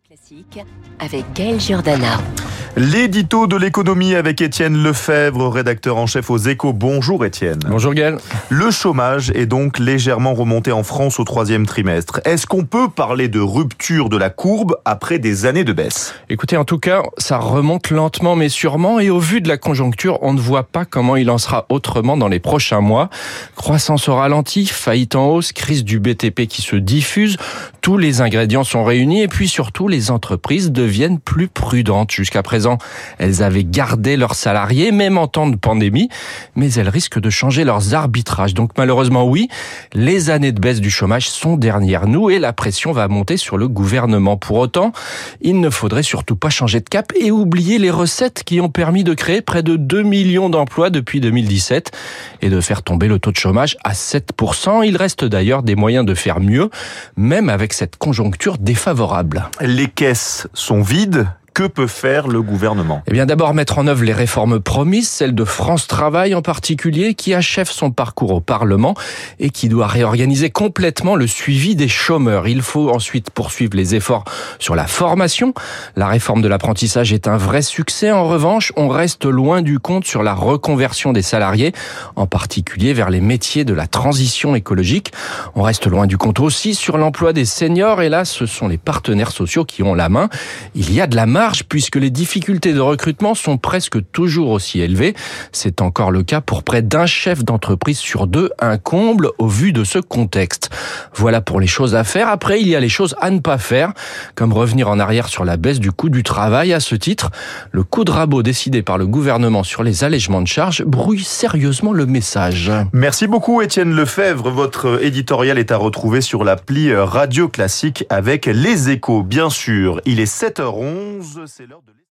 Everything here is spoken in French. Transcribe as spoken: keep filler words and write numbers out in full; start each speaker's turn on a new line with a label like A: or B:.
A: Classique avec Gaël Giordana.
B: L'édito de l'économie avec Étienne Lefebvre, rédacteur en chef aux Échos. Bonjour Étienne.
C: Bonjour Gaël.
B: Le chômage est donc légèrement remonté en France au troisième trimestre. Est-ce qu'on peut parler de rupture de la courbe après des années de baisse ?
C: Écoutez, en tout cas, ça remonte lentement mais sûrement et au vu de la conjoncture, on ne voit pas comment il en sera autrement dans les prochains mois. Croissance au ralenti, faillite en hausse, crise du B T P qui se diffuse, tous les ingrédients sont réunis et puis surtout les entreprises deviennent plus prudentes. Jusqu'à présent, elles avaient gardé leurs salariés, même en temps de pandémie, mais elles risquent de changer leurs arbitrages. Donc malheureusement, oui, les années de baisse du chômage sont derrière nous et la pression va monter sur le gouvernement. Pour autant, il ne faudrait surtout pas changer de cap et oublier les recettes qui ont permis de créer près de deux millions d'emplois depuis deux mille dix-sept et de faire tomber le taux de chômage à sept pour cent. Il reste d'ailleurs des moyens de faire mieux, même avec cette conjoncture défavorable.
B: Les caisses sont vides. Que peut faire le gouvernement ?
C: Eh bien, d'abord mettre en œuvre les réformes promises, celle de France Travail en particulier, qui achève son parcours au Parlement et qui doit réorganiser complètement le suivi des chômeurs. Il faut ensuite poursuivre les efforts sur la formation. La réforme de l'apprentissage est un vrai succès. En revanche, on reste loin du compte sur la reconversion des salariés, en particulier vers les métiers de la transition écologique. On reste loin du compte aussi sur l'emploi des seniors. Et là, ce sont les partenaires sociaux qui ont la main. Il y a de la marge puisque les difficultés de recrutement sont presque toujours aussi élevées. C'est encore le cas pour près d'un chef d'entreprise sur deux, un comble au vu de ce contexte. Voilà pour les choses à faire. Après, il y a les choses à ne pas faire, comme revenir en arrière sur la baisse du coût du travail. À ce titre, le coup de rabot décidé par le gouvernement sur les allègements de charges brouille sérieusement le message.
B: Merci beaucoup Étienne Lefebvre. Votre éditorial est à retrouver sur l'appli Radio Classique avec Les Échos. Bien sûr, il est sept heures onze. C'est l'heure de